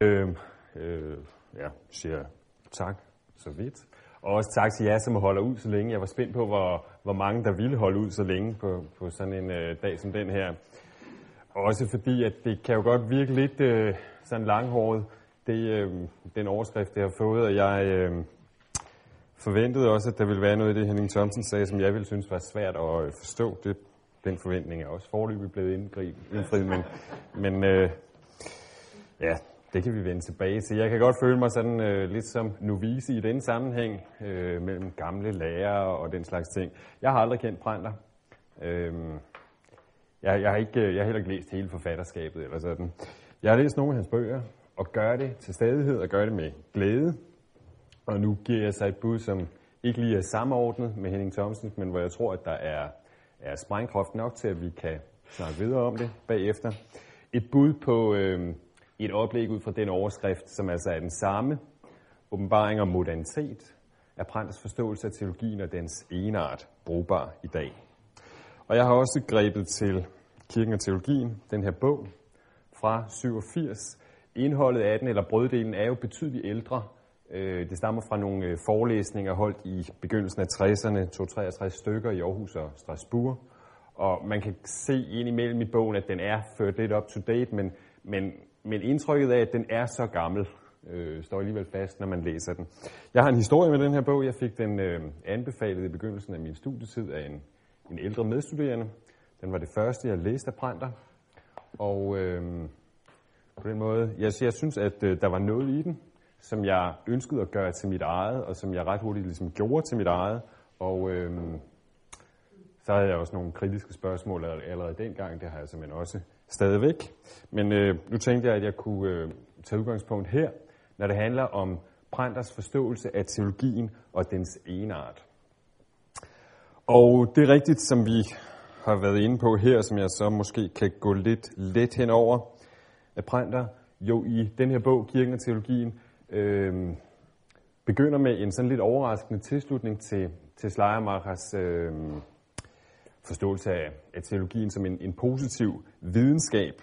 Ja, siger tak så vidt. Og også tak til jer, som holder ud så længe. Jeg var spændt på, hvor mange der ville holde ud så længe på sådan en dag som den her. Også fordi, at det kan jo godt virke lidt sådan langhåret, den overskrift, det har fået. Og jeg forventede også, at der ville være noget i det, Henning Thomsen sagde, som jeg ville synes var svært at forstå. Den forventning er også foreløbig blevet indfriet, men ja, det kan vi vende tilbage til. Jeg kan godt føle mig sådan lidt som novice i den sammenhæng mellem gamle lærere og den slags ting. Jeg har aldrig kendt Pranter. Jeg har heller ikke læst hele forfatterskabet eller sådan. Jeg har læst nogle af hans bøger og gør det til stadighed og gør det med glæde. Og nu giver jeg så et bud, som ikke lige er samordnet med Henning Thomsen, men hvor jeg tror, at der er sprængkraft nok til, at vi kan snakke videre om det bagefter. Et bud på et oplæg ud fra den overskrift, som altså er den samme. Åbenbaring om modernitet er Pranters forståelse af teologien og dens egenart brugbar i dag. Og jeg har også grebet til Kirken og teologien, den her bog fra 87. Indholdet af den, eller brøddelen, er jo betydeligt ældre. Det stammer fra nogle forelæsninger holdt i begyndelsen af 60'erne, 263 stykker i Aarhus og Strasbourg. Og man kan se ind imellem i bogen, at den er ført lidt up to date, men indtrykket af, at den er så gammel, står alligevel fast, når man læser den. Jeg har en historie med den her bog. Jeg fik den anbefalet i begyndelsen af min studietid af en ældre medstuderende. Den var det første, jeg læste af Pranter. Og på den måde, jeg synes, at der var noget i den, som jeg ønskede at gøre til mit eget, og som jeg ret hurtigt ligesom gjorde til mit eget. Og så havde jeg også nogle kritiske spørgsmål allerede dengang. Det har jeg simpelthen også stadigvæk. Men nu tænkte jeg, at jeg kunne tage udgangspunkt her, når det handler om Pranters forståelse af teologien og dens egenart. Og det er rigtigt, som vi har været inde på her, som jeg så måske kan gå lidt let henover, at Pranter jo i den her bog, Kirken og teologien, begynder med en sådan lidt overraskende tilslutning til Schleiermachers forståelse af teologien som en positiv videnskab.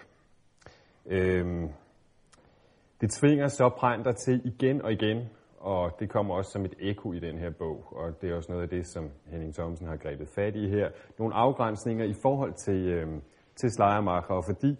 Det tvinger så Pranter til igen og igen, og det kommer også som et ekko i den her bog, og det er også noget af det, som Henning Thomsen har grebet fat i her. Nogle afgrænsninger i forhold til Schleiermacher, og fordi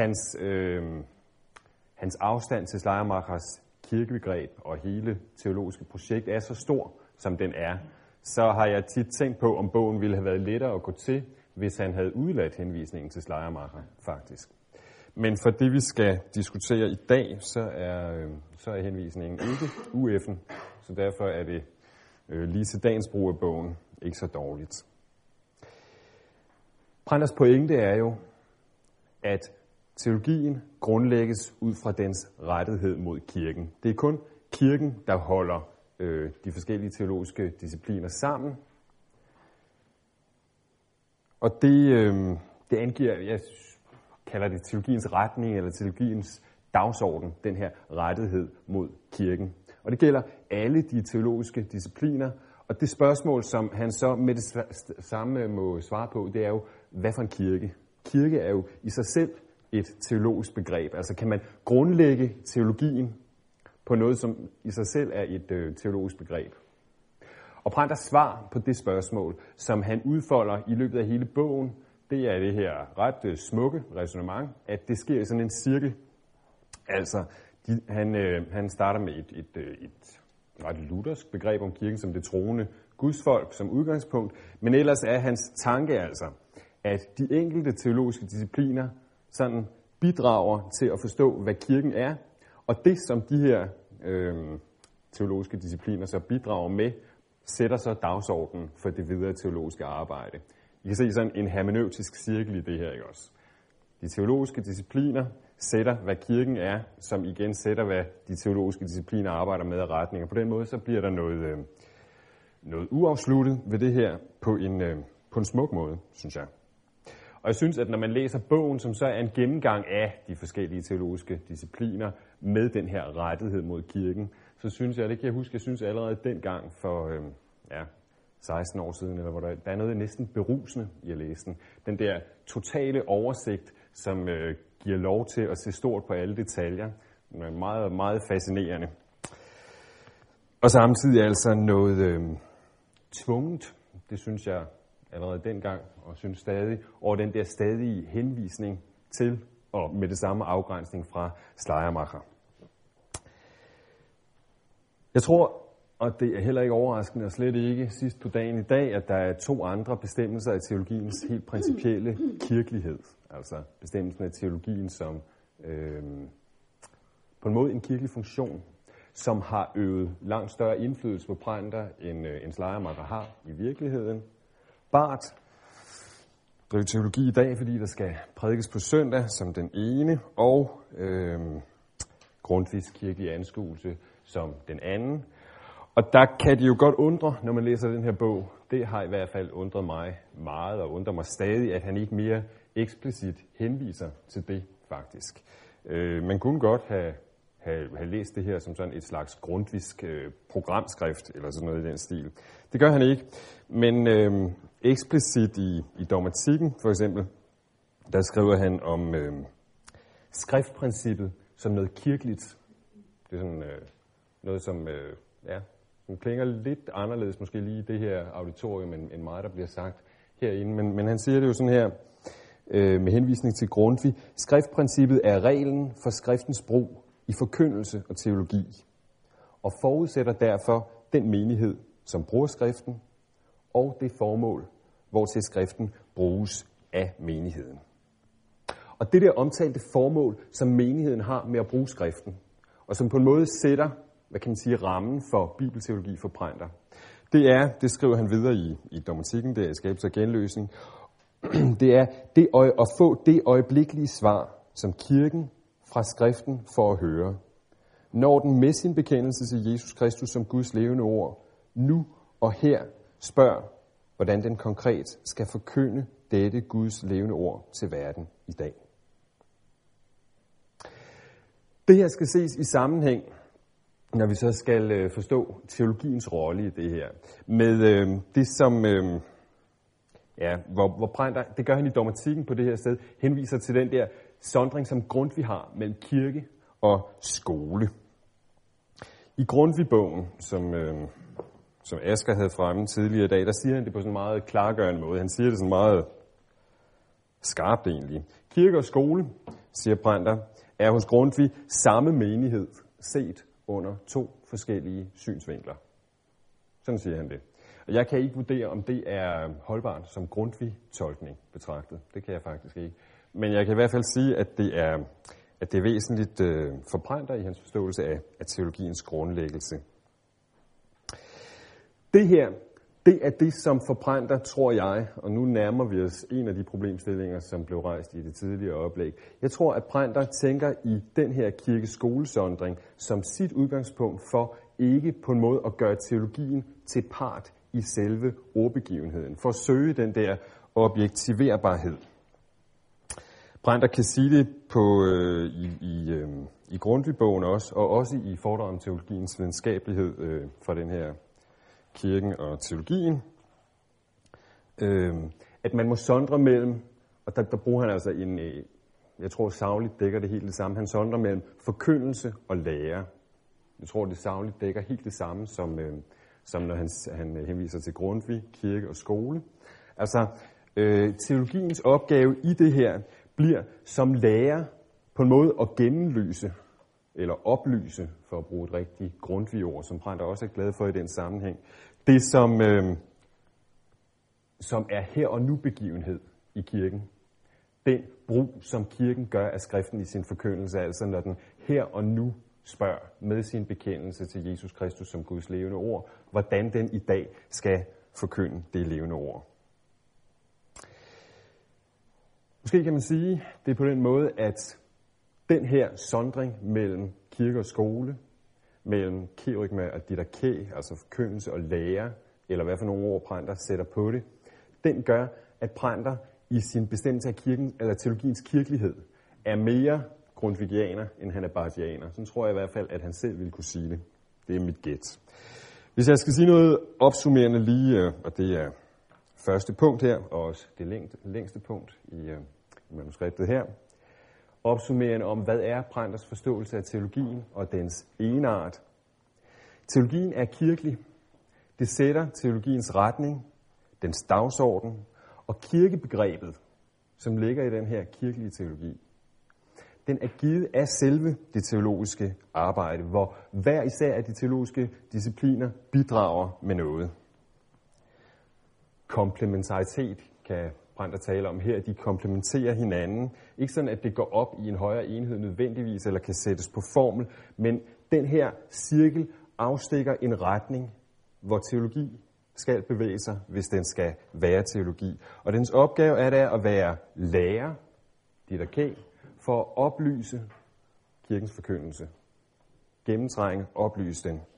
hans afstand til Schleiermachers kirkebegreb og hele teologiske projekt er så stor, som den er, så har jeg tit tænkt på, om bogen ville have været lettere at gå til, hvis han havde udladt henvisningen til Schleiermacher, faktisk. Men for det, vi skal diskutere i dag, så er henvisningen ikke UF'en, så derfor er det lige til dagens brug af bogen ikke så dårligt. Pranters pointe er jo, at teologien grundlægges ud fra dens rettighed mod kirken. Det er kun kirken, der holder de forskellige teologiske discipliner sammen. Og det angiver, jeg kalder det teologiens retning eller teologiens dagsorden, den her rettighed mod kirken. Og det gælder alle de teologiske discipliner. Og det spørgsmål, som han så med det samme må svare på, det er jo, hvad for en kirke? Kirke er jo i sig selv et teologisk begreb. Altså kan man grundlægge teologien på noget, som i sig selv er et teologisk begreb? Og Pranters svar på det spørgsmål, som han udfolder i løbet af hele bogen, det er det her ret smukke ræsonnement, at det sker i sådan en cirkel. Altså, han starter med et ret luthersk begreb om kirken som det troende gudsfolk som udgangspunkt, men ellers er hans tanke altså, at de enkelte teologiske discipliner sådan bidrager til at forstå, hvad kirken er, og det, som de her teologiske discipliner så bidrager med, sætter så dagsordenen for det videre teologiske arbejde. I kan se sådan en hermeneutisk cirkel i det her, ikke også? De teologiske discipliner sætter, hvad kirken er, som igen sætter, hvad de teologiske discipliner arbejder med af retninger. På den måde, så bliver der noget uafsluttet ved det her på en smuk måde, synes jeg. Og jeg synes, at når man læser bogen, som så er en gennemgang af de forskellige teologiske discipliner med den her rettighed mod kirken, så synes jeg, det kan jeg huske, jeg synes allerede dengang for 16 år siden, eller hvor der er noget næsten berusende i at læse den. Den der totale oversigt, som giver lov til at se stort på alle detaljer, Meget, meget fascinerende. Og samtidig altså noget tvunget, det synes jeg allerede dengang, og synes stadig, over den der stadige henvisning til, og med det samme afgrænsning fra Schleiermacher. Jeg tror, og det er heller ikke overraskende, og slet ikke sidst på dagen i dag, at der er 2 andre bestemmelser af teologiens helt principielle kirkelighed. Altså bestemmelsen af teologien som på en måde en kirkelig funktion, som har øvet langt større indflydelse på Preinter, end Schleiermacher har i virkeligheden. Barth driver teologi i dag, fordi der skal prædikes på søndag som den ene, og Grundtvigs kirkelige anskuelse som den anden. Og der kan det jo godt undre, når man læser den her bog. Det har i hvert fald undret mig meget, og undrer mig stadig, at han ikke mere eksplicit henviser til det, faktisk. Man kunne godt have læst det her som sådan et slags grundtvisk programskrift, eller sådan noget i den stil. Det gør han ikke, men eksplicit i dogmatikken, for eksempel, der skriver han om skriftprincippet som noget kirkeligt. Det er sådan noget, som klinger lidt anderledes, måske lige i det her auditorium, end meget, der bliver sagt herinde. Men han siger det jo sådan her, med henvisning til Grundtvig. Skriftprincippet er reglen for skriftens brug i forkyndelse og teologi, og forudsætter derfor den menighed, som bruger skriften, og det formål, hvortil skriften bruges af menigheden. Og det der omtalte formål, som menigheden har med at bruge skriften, og som på en måde sætter, hvad kan man sige, rammen for bibelteologi for Preinter, det skriver han videre i dogmatikken, det er skabelse og genløsning, det er at få det øjeblikkelige svar, som kirken fra skriften får at høre, når den med sin bekendelse til Jesus Kristus som Guds levende ord, nu og her spørger, hvordan den konkret skal forkynde dette Guds levende ord til verden i dag. Det her skal ses i sammenhæng, når vi så skal forstå teologiens rolle i det her, med det som, hvor Preinter, det gør han i dogmatikken på det her sted, henviser til den der sondring, som Grundtvig har mellem kirke og skole. I Grundtvig-bogen, som Asger havde fremme tidligere i dag, der siger han det på sådan en meget klargørende måde. Han siger det sådan meget skarpt egentlig. Kirke og skole, siger Preinter, er hos Grundtvig samme menighed set under 2 forskellige synsvinkler. Sådan siger han det. Og jeg kan ikke vurdere, om det er holdbart som Grundtvig-tolkning betragtet. Det kan jeg faktisk ikke. Men jeg kan i hvert fald sige, at det er væsentligt for Preinter i hans forståelse af teologiens grundlæggelse. Det her, det er det, som for Preinter, tror jeg, og nu nærmer vi os en af de problemstillinger, som blev rejst i det tidligere oplæg. Jeg tror, at Preinter tænker i den her kirkeskolesondring som sit udgangspunkt for ikke på en måde at gøre teologien til part i selve ordbegivenheden, for at søge den der objektiverbarhed. Preinter kan sige det i Grundtvig-bogen også, og også i foredrag om teologiens videnskabelighed fra den her kirken og teologien, at man må sondre mellem, og der bruger han altså jeg tror sagligt dækker det helt det samme, han sondrer mellem forkyndelse og lære. Jeg tror, det sagligt dækker helt det samme, som når han henviser til Grundtvig, kirke og skole. Altså, teologiens opgave i det her bliver som lærer på en måde at gennemlyse, eller oplyse, for at bruge et rigtigt Grundtvig-ord, som Preinter også er glad for i den sammenhæng. Det, som er her og nu begivenhed i kirken. Den brug, som kirken gør af skriften i sin forkyndelse, altså når den her og nu spørger med sin bekendelse til Jesus Kristus som Guds levende ord, hvordan den i dag skal forkynde det levende ord. Måske kan man sige, det er på den måde, at den her sondring mellem kirke og skole, mellem kerygma og didaké, altså forkyndelse og lære, eller hvad for nogle ord Preinter sætter på det, den gør, at Preinter i sin bestemmelse af kirken, eller teologiens kirkelighed, er mere grundtvigianer, end han er barthianer. Sådan tror jeg i hvert fald, at han selv ville kunne sige det. Det er mit gæt. Hvis jeg skal sige noget opsummerende lige, og det er første punkt her, og også det længste punkt i manuskriptet her, opsummerende om, hvad er Branders forståelse af teologien og dens egenart. Teologien er kirkelig. Det sætter teologiens retning, dens dagsorden og kirkebegrebet, som ligger i den her kirkelige teologi. Den er givet af selve det teologiske arbejde, hvor hver især af de teologiske discipliner bidrager med noget. Komplementaritet kan Brander tale om her. De komplementerer hinanden. Ikke sådan, at det går op i en højere enhed nødvendigvis, eller kan sættes på formel, men den her cirkel afstikker en retning, hvor teologi skal bevæge sig, hvis den skal være teologi. Og dens opgave er der at være lærer, didaké, for at oplyse kirkens forkyndelse. Gennemtrænge, oplyse den.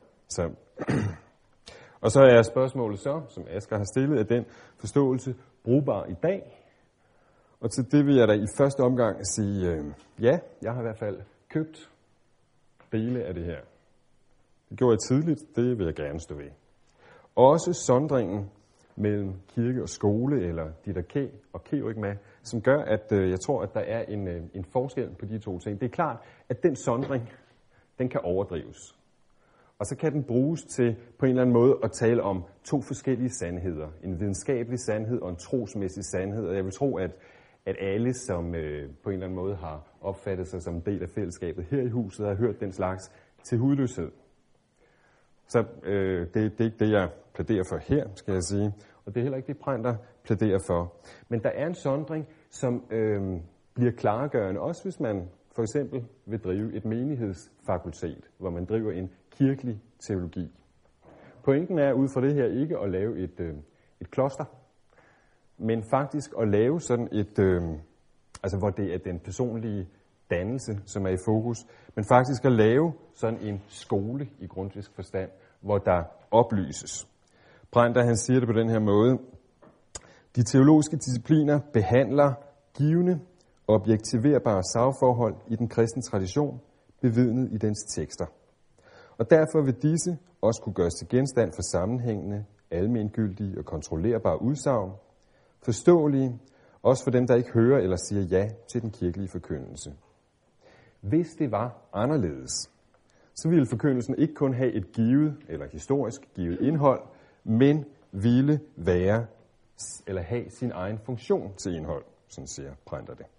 Og så er spørgsmålet så, som Asger har stillet, er den forståelse brugbar i dag? Og til det vil jeg da i første omgang sige, ja, jeg har i hvert fald købt dele af det her. Det gjorde jeg tidligt, det vil jeg gerne stå ved. Også sondringen mellem kirke og skole, eller didaké og kerygma, som gør, at jeg tror, at der er en forskel på de to ting. Det er klart, at den sondring, den kan overdrives. Og så kan den bruges til på en eller anden måde at tale om to forskellige sandheder. En videnskabelig sandhed og en trosmæssig sandhed. Og jeg vil tro, at alle, som på en eller anden måde har opfattet sig som en del af fællesskabet her i huset, har hørt den slags til hudløshed. Så det er ikke det, jeg plæderer for her, skal jeg sige. Og det er heller ikke det, Brander plæderer for. Men der er en sondring, som bliver klargørende, også hvis man for eksempel vil drive et menighedsfakultet, hvor man driver en kirkelig teologi. Pointen er ud fra det her ikke at lave et kloster, men faktisk at lave sådan et, altså hvor det er den personlige dannelse, som er i fokus, men faktisk at lave sådan en skole i grundtvisk forstand, hvor der oplyses. Brander, han siger det på den her måde: de teologiske discipliner behandler givne, objektiverbare sagforhold i den kristne tradition, bevidnet i dens tekster. Og derfor vil disse også kunne gøres til genstand for sammenhængende, almengyldige og kontrollerbare udsagn, forståelige, også for dem, der ikke hører eller siger ja til den kirkelige forkyndelse. Hvis det var anderledes, så ville forkyndelsen ikke kun have et givet eller historisk givet indhold, men ville være eller have sin egen funktion til indhold, sådan siger Brander det.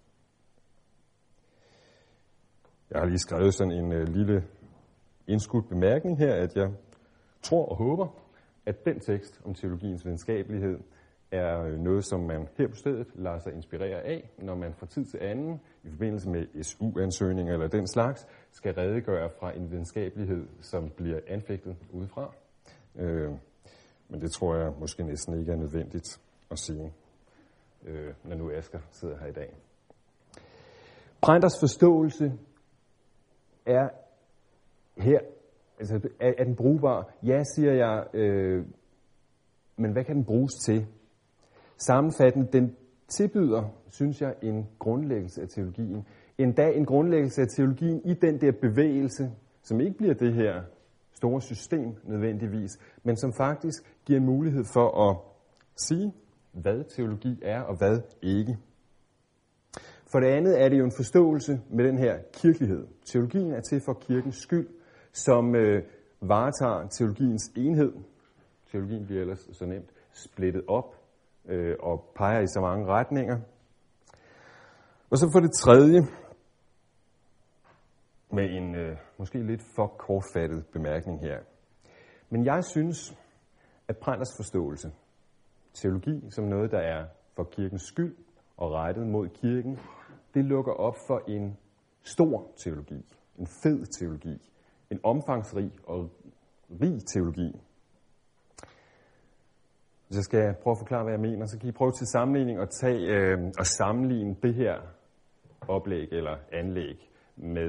Jeg har lige skrevet sådan en lille indskudt bemærkning her, at jeg tror og håber, at den tekst om teologiens videnskabelighed er noget, som man her på stedet lader sig inspirere af, når man fra tid til anden, i forbindelse med SU-ansøgninger eller den slags, skal redegøre fra en videnskabelighed, som bliver anfægtet udefra. Men det tror jeg måske næsten ikke er nødvendigt at sige, når nu Asger sidder her i dag. Branders forståelse er her, altså er den brugbar? Ja, siger jeg, men hvad kan den bruges til? Sammenfattende, den tilbyder, synes jeg, en grundlæggelse af teologien. Endda en grundlæggelse af teologien i den der bevægelse, som ikke bliver det her store system nødvendigvis, men som faktisk giver en mulighed for at sige, hvad teologi er og hvad ikke. For det andet er det jo en forståelse med den her kirkelighed. Teologien er til for kirkens skyld, som varetager teologiens enhed. Teologien bliver ellers så nemt splittet op og peger i så mange retninger. Og så for det tredje, med en måske lidt for kortfattet bemærkning her. Men jeg synes, at Branders forståelse, teologi som noget, der er for kirkens skyld og rettet mod kirken, det lukker op for en stor teologi, en fed teologi, en omfangsrig og rig teologi. Hvis jeg skal prøve at forklare, hvad jeg mener, så kan I prøve til sammenligning at tage og sammenligne det her oplæg eller anlæg med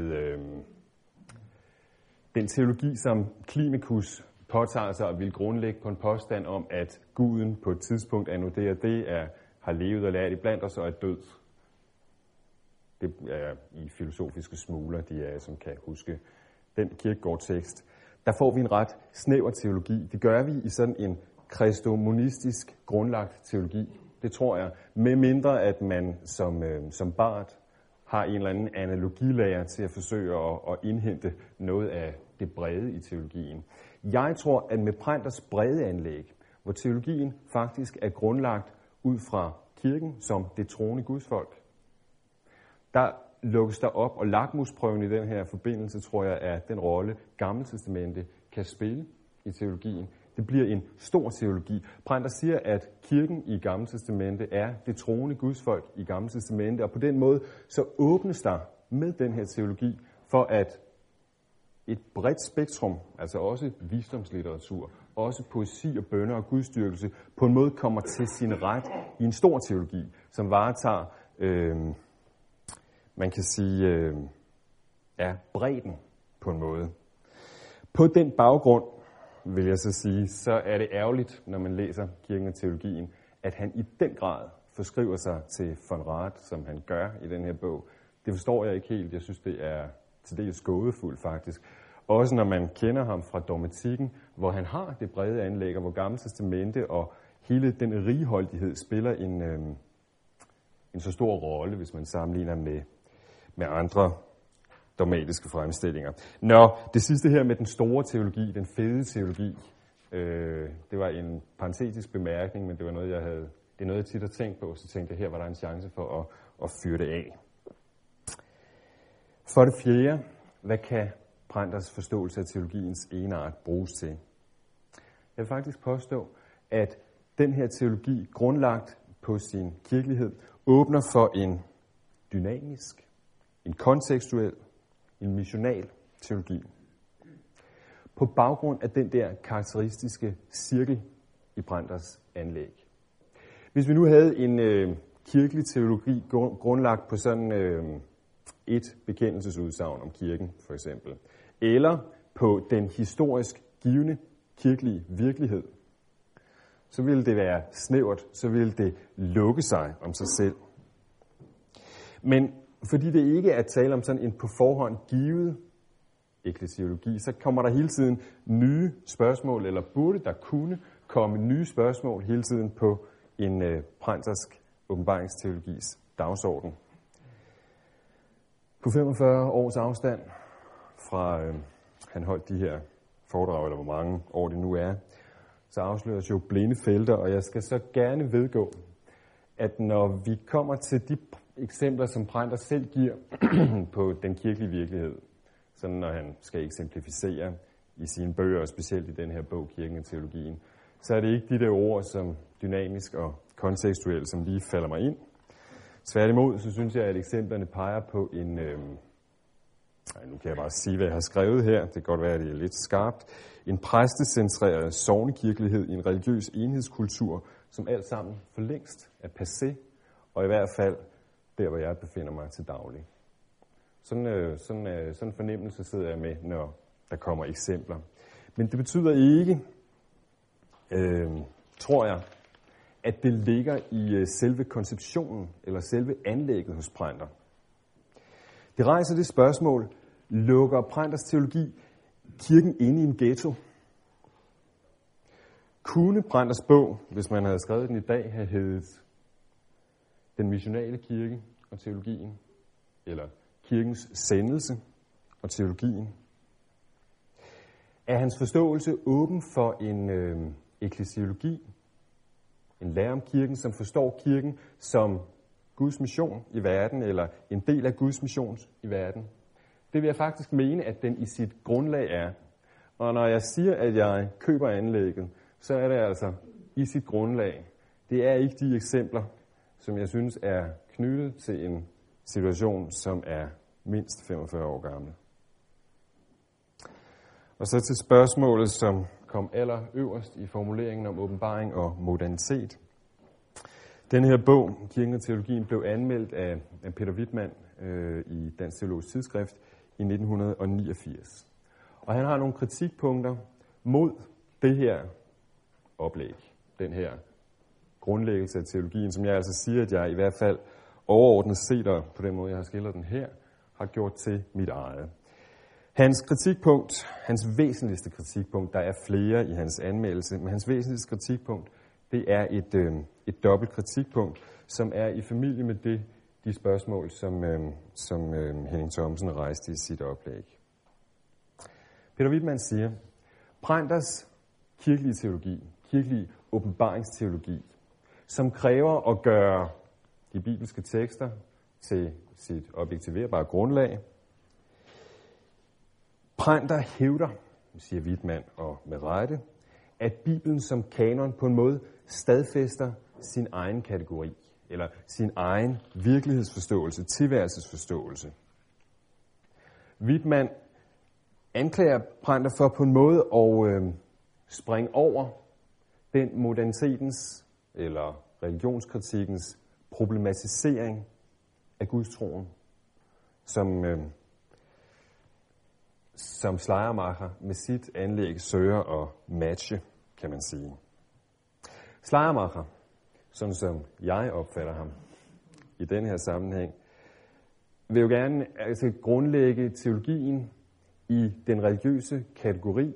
den teologi, som Climacus påtager sig og vil grundlægge på en påstand om, at Guden på et tidspunkt anno det og det har levet og lært iblandt os og er død. Det er i filosofiske smugler, de er, som kan huske den Kierkegaard-tekst. Der får vi en ret snæver teologi. Det gør vi i sådan en kristomonistisk grundlagt teologi. Det tror jeg, med mindre at man som Barth har en eller anden analogilærer til at forsøge at indhente noget af det brede i teologien. Jeg tror, at med Prenders brede anlæg, hvor teologien faktisk er grundlagt ud fra kirken som det troende gudsfolk, der lukkes der op, og lakmusprøven i den her forbindelse, tror jeg, er den rolle, Gamle Testamente kan spille i teologien. Det bliver en stor teologi. Prender siger, at kirken i Gamle Testamente er det troende gudsfolk i Gamle Testamente, og på den måde så åbnes der med den her teologi for, at et bredt spektrum, altså også visdomslitteratur, også poesi og bønner og gudstyrkelse, på en måde kommer til sin ret i en stor teologi, som varetager, man kan sige, bredden på en måde. På den baggrund, vil jeg så sige, så er det ærgerligt, når man læser Kirken og teologien, at han i den grad forskriver sig til von Rath, som han gør i den her bog. Det forstår jeg ikke helt. Jeg synes, det er til dels gådefuldt faktisk. Også når man kender ham fra dogmatikken, hvor han har det brede anlæg, og hvor Gamle Testamente og hele den righoldighed spiller en så stor rolle, hvis man sammenligner med andre dogmatiske fremstillinger. Nå, det sidste her med den store teologi, den fede teologi, det var en parentetisk bemærkning, men det var noget, jeg tit har tænkt på, så tænkte jeg, her var der en chance for at fyre det af. For det fjerde, hvad kan Prenders forståelse af teologiens egenart bruges til? Jeg vil faktisk påstå, at den her teologi, grundlagt på sin kirkelighed, åbner for en dynamisk, en kontekstuel, en missional teologi. På baggrund af den der karakteristiske cirkel i Prenders anlæg. Hvis vi nu havde en kirkelig teologi grundlagt på sådan et bekendelsesudsagn om kirken, for eksempel, eller på den historisk givne kirkelige virkelighed, så ville det være snævert, så ville det lukke sig om sig selv. Men fordi det ikke er tale om sådan en på forhånd givet eklesiologi, så kommer der hele tiden nye spørgsmål, eller burde der kunne komme nye spørgsmål hele tiden på en prentersk åbenbaringsteologis dagsorden. På 45 års afstand fra han holdt de her foredrag, eller hvor mange år det nu er, så afsløres jo blinde felter, og jeg skal så gerne vedgå, at når vi kommer til de eksempler, som Prender selv giver på den kirkelige virkelighed, sådan når han skal eksemplificere i sine bøger, og specielt i den her bog, Kirken og teologien, så er det ikke de der ord som dynamisk og kontekstuel, som lige falder mig ind. Tværtimod, så synes jeg, at eksemplerne peger på en... nu kan jeg bare sige, hvad jeg har skrevet her. Det kan godt være, at det er lidt skarpt. En præstecentreret sognekirkelighed i en religiøs enhedskultur, som alt sammen for længst er passé, og i hvert fald der, hvor jeg befinder mig til daglig. Sådan en fornemmelse sidder jeg med, når der kommer eksempler. Men det betyder ikke, tror jeg, at det ligger i selve konceptionen eller selve anlægget hos Prender. Det rejser det spørgsmål, lukker Prenders teologi kirken inde i en ghetto? Kunne Prenders bog, hvis man havde skrevet den i dag, have heddet Den missionale kirke og teologien? Eller kirkens sendelse og teologien? Er hans forståelse åben for en eklesiologi, en lære om kirken, som forstår kirken som Guds mission i verden, eller en del af Guds mission i verden? Det vil jeg faktisk mene, at den i sit grundlag er. Og når jeg siger, at jeg køber anlægget, så er det altså i sit grundlag. Det er ikke de eksempler, som jeg synes er knyttet til en situation, som er mindst 45 år gammel. Og så til spørgsmålet, som kom allerøverst i formuleringen om åbenbaring og modernitet. Den her bog, Kirken og teologien, blev anmeldt af Peter Wittmann i Dansk Teologisk Tidsskrift i 1989. Og han har nogle kritikpunkter mod det her oplæg, den her grundlæggelse af teologien, som jeg altså siger, at jeg i hvert fald overordnet set, og på den måde, jeg har skildret den her, har gjort til mit eget. Hans kritikpunkt, hans væsentligste kritikpunkt, der er flere i hans anmeldelse, men hans væsentligste kritikpunkt, det er et dobbelt kritikpunkt, som er i familie med det, de spørgsmål, som Henning Thomsen rejste i sit oplæg. Peter Wittmann siger, Preinters kirkelige teologi, kirkelige åbenbaringsteologi, som kræver at gøre de bibelske tekster til sit objektiverbare grundlag. Preinter hævder, siger Wittmann og med rette, at Bibelen som kanon på en måde stadfæster sin egen kategori, eller sin egen virkelighedsforståelse, tilværelsesforståelse. Wittmann anklager Preinter for på en måde at springe over den modernitetens eller religionskritikkens problematisering af Gudstroen, som Schleiermacher med sit anlæg søger at matche, kan man sige. Schleiermacher, sådan som jeg opfatter ham i den her sammenhæng, vil jo gerne grundlægge teologien i den religiøse kategori,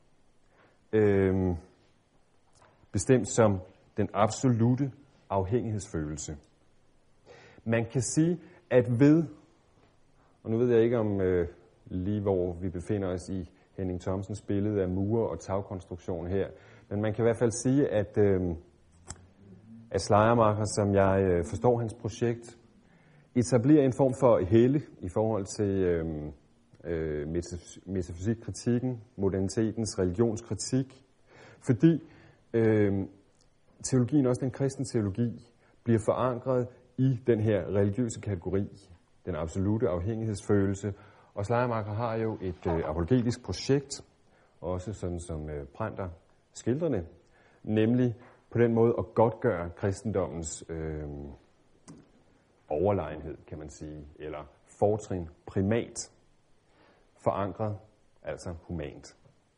bestemt som den absolute afhængighedsfølelse. Man kan sige, at ved, og nu ved jeg ikke om lige hvor vi befinder os i Henning Thomsens billede af mure og tagkonstruktion her, men man kan i hvert fald sige, at Schleiermacher, som jeg forstår hans projekt, etablerer en form for helle i forhold til metafysikkritikken, modernitetens religionskritik, fordi teologien, også den kristne teologi, bliver forankret i den her religiøse kategori, den absolute afhængighedsfølelse. Og Schleiermacher har jo et apologetisk projekt, også sådan som Preinter skildrende, nemlig på den måde at godtgøre kristendommens overlegenhed, kan man sige, eller fortrin primat, forankret, altså humant.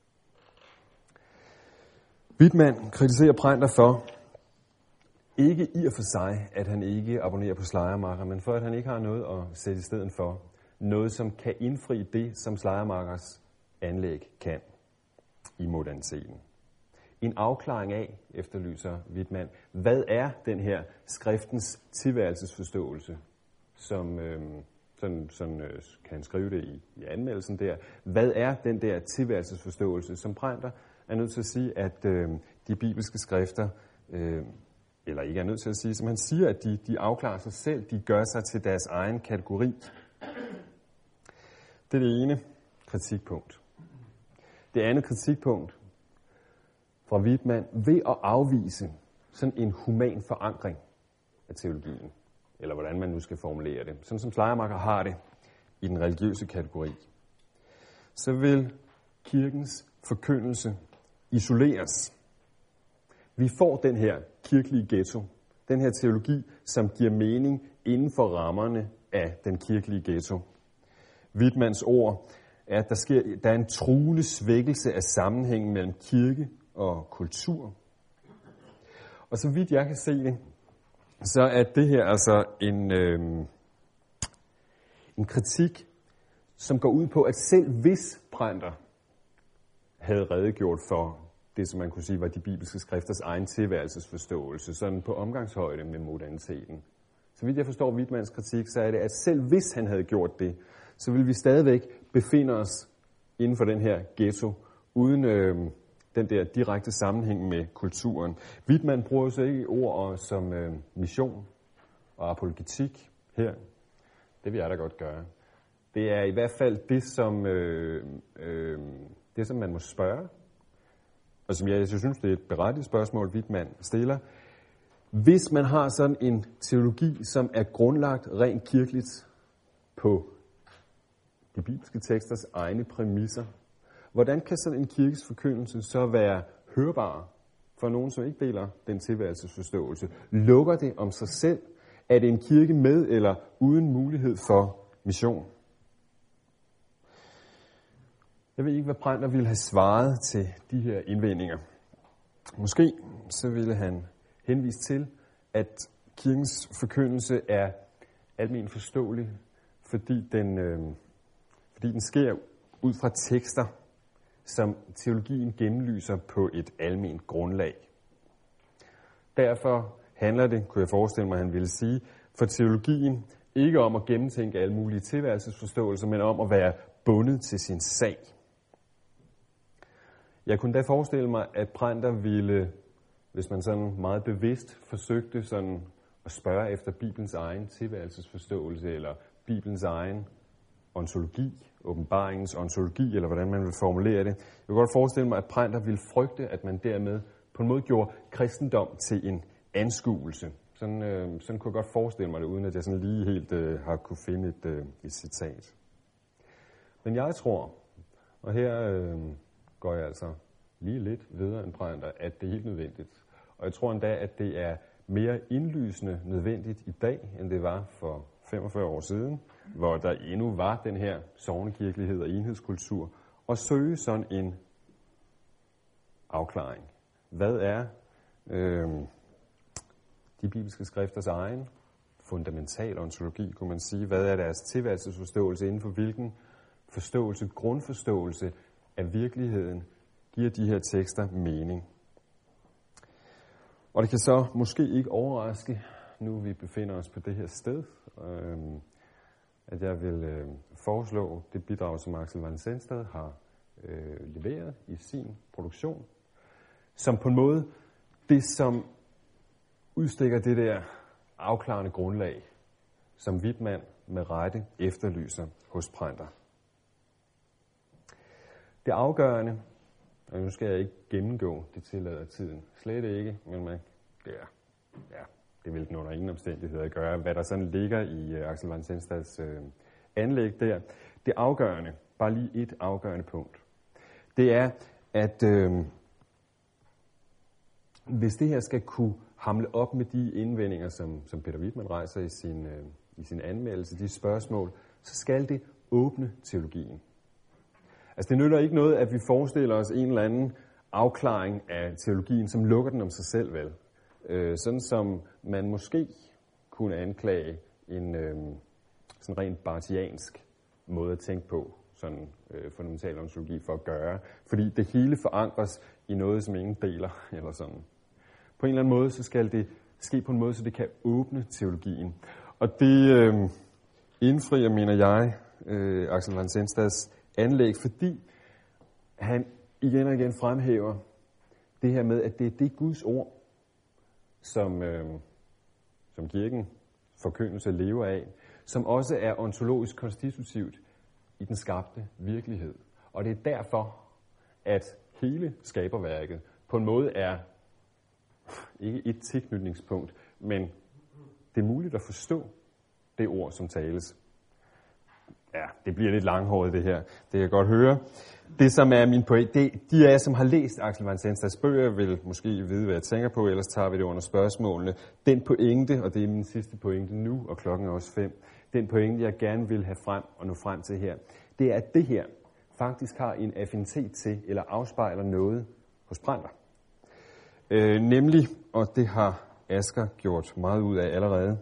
Wittmann kritiserer Preinter for, ikke i og for sig, at han ikke abonnerer på Schleiermacher, men for at han ikke har noget at sætte i stedet for. Noget, som kan indfri det, som Schleiermachers anlæg kan i moderniteten. En afklaring af, efterlyser Wittmann, hvad er den her skriftens tilværelsesforståelse, som sådan kan han skrive det i anmeldelsen der. Hvad er den der tilværelsesforståelse, som Preinter er nødt til at sige, at de bibelske skrifter, eller ikke er nødt til at sige, som han siger, at de afklarer sig selv, de gør sig til deres egen kategori. Det er det ene kritikpunkt. Det andet kritikpunkt fra Wittmann ved at afvise sådan en human forankring af teologien, eller hvordan man nu skal formulere det, sådan som Schleiermacher har det i den religiøse kategori, så vil kirkens forkyndelse isoleres. Vi får den her kirkelige ghetto, den her teologi, som giver mening inden for rammerne af den kirkelige ghetto. Wittmanns ord er, at der er en truende svækkelse af sammenhængen mellem kirke og kultur. Og så vidt jeg kan se det, så er det her altså en kritik, som går ud på, at selv hvis Preinter havde redegjort for det, som man kunne sige var de bibelske skrifters egen tilværelsesforståelse, sådan på omgangshøjde med moderniteten. Så vidt jeg forstår Wittmanns kritik, så er det, at selv hvis han havde gjort det, så vil vi stadigvæk befinde os inden for den her ghetto, uden den der direkte sammenhæng med kulturen. Wittmann bruger så ikke ord som mission og apologetik her. Det vil jeg da godt gøre. Det er i hvert fald det, som man må spørge, og som jeg synes, det er et berettiget spørgsmål, Wittmann stiller. Hvis man har sådan en teologi, som er grundlagt rent kirkeligt på de bibelske teksters egne præmisser, hvordan kan sådan en kirkes forkyndelse så være hørbar for nogen, som ikke deler den tilværelsesforståelse? Lukker det om sig selv? Er det en kirke med eller uden mulighed for mission? Jeg ved ikke, hvad Preinter ville have svaret til de her indvendinger. Måske så ville han henvise til, at kirkens forkyndelse er alment forståelig, fordi den sker ud fra tekster, som teologien gennemlyser på et alment grundlag. Derfor handler det, kunne jeg forestille mig, han ville sige, for teologien ikke om at gennemtænke alle mulige tilværelsesforståelser, men om at være bundet til sin sag. Jeg kunne da forestille mig, at Prenter ville, hvis man sådan meget bevidst forsøgte sådan at spørge efter Bibelens egen tilværelsesforståelse, eller Bibelens egen ontologi, åbenbaringens ontologi, eller hvordan man vil formulere det. Jeg kunne godt forestille mig, at Prenter ville frygte, at man dermed på en måde gjorde kristendom til en anskuelse. Sådan kunne jeg godt forestille mig det, uden at jeg sådan lige helt har kunne finde et citat. Men jeg tror, og her går jeg altså lige lidt videre end Prenter, at det er helt nødvendigt. Og jeg tror endda, at det er mere indlysende nødvendigt i dag, end det var for 45 år siden, hvor der endnu var den her sognekirkelighed og enhedskultur, og søge sådan en afklaring. Hvad er de bibelske skrifters egen fundamental ontologi, kunne man sige? Hvad er deres tilværelsesforståelse, inden for hvilken forståelse, grundforståelse af virkeligheden, giver de her tekster mening? Og det kan så måske ikke overraske, nu vi befinder os på det her sted, at jeg vil foreslå det bidrag, som Axel Van Sensted har leveret i sin produktion, som på en måde det, som udstikker det der afklarende grundlag, som Wittmann med rette efterlyser hos Prenter. Det afgørende, og nu skal jeg ikke gennemgå, det tillader tiden slet ikke, men det vil den under ingen omstændigheder at gøre, hvad der sådan ligger i Axel Van Sensdags anlæg der. Det afgørende, bare lige et afgørende punkt, det er, at hvis det her skal kunne hamle op med de indvendinger, som Peter Wittmann rejser i sin anmeldelse, de spørgsmål, så skal det åbne teologien. Altså det nytter ikke noget, at vi forestiller os en eller anden afklaring af teologien, som lukker den om sig selv, vel? Sådan som man måske kunne anklage en sådan rent bartiansk måde at tænke på, sådan fundamental ontologi for at gøre, fordi det hele forankres i noget, som ingen deler, eller sådan. På en eller anden måde, så skal det ske på en måde, så det kan åbne teologien. Og det indfrier, mener jeg, Axel Van Senstads anlæg, fordi han igen og igen fremhæver det her med, at det er det Guds ord, som kirken forkyndelse lever af, som også er ontologisk konstitutivt i den skabte virkelighed. Og det er derfor, at hele skaberværket på en måde er ikke et tilknytningspunkt, men det er muligt at forstå det ord, som tales. Ja, det bliver lidt langhåret det her. Det kan jeg godt høre. Det, som er min pointe, de af jer, som har læst Axel Van Senstads bøger, vil måske vide, hvad jeg tænker på, ellers tager vi det under spørgsmålene. Den pointe, og det er min sidste pointe nu, og klokken er også 5, den pointe, jeg gerne vil have frem og nå frem til her, det er, at det her faktisk har en affinitet til, eller afspejler noget hos Prenter. Nemlig, og det har Asger gjort meget ud af allerede,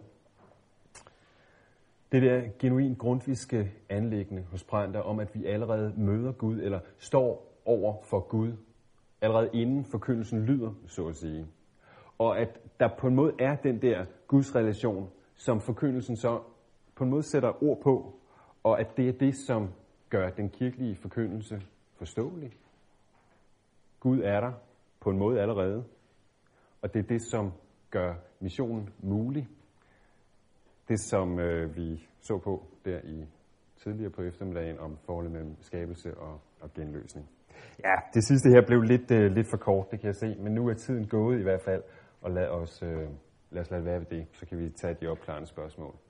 det der genuint grundtvigske anliggende hos Prenter om, at vi allerede møder Gud, eller står over for Gud, allerede inden forkyndelsen lyder, så at sige. Og at der på en måde er den der Guds relation, som forkyndelsen så på en måde sætter ord på, og at det er det, som gør den kirkelige forkyndelse forståelig. Gud er der på en måde allerede, og det er det, som gør missionen mulig. Det, som vi så på der tidligere på eftermiddagen om forholdet mellem skabelse og genløsning. Ja, det sidste her blev lidt for kort, det kan jeg se, men nu er tiden gået i hvert fald, og lad os lade være ved det, så kan vi tage de opklarende spørgsmål.